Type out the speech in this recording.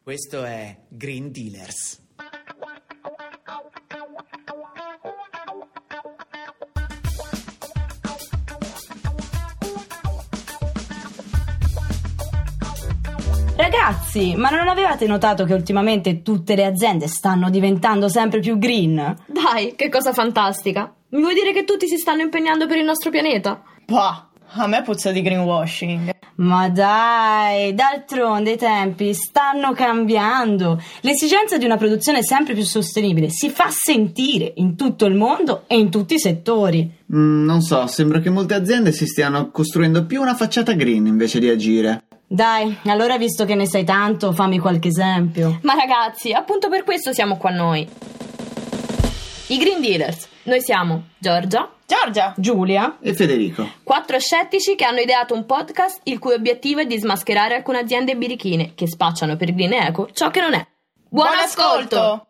Questo è Green Dealers. Ragazzi, ma non avevate notato che ultimamente tutte le aziende stanno diventando sempre più green? Dai, che cosa fantastica! Mi vuoi dire che tutti si stanno impegnando per il nostro pianeta? Bah, a me puzza di greenwashing. Ma dai, d'altronde i tempi stanno cambiando. L'esigenza di una produzione sempre più sostenibile si fa sentire in tutto il mondo e in tutti i settori. Non so, sembra che molte aziende si stiano costruendo più una facciata green invece di agire. Dai, allora visto che ne sai tanto, fammi qualche esempio. Ma ragazzi, appunto per questo siamo qua noi. I Green Dealers. Noi siamo Giorgia, Giulia E Federico. 4 scettici che hanno ideato un podcast il cui obiettivo è di smascherare alcune aziende birichine che spacciano per green eco ciò che non è. Buon ascolto!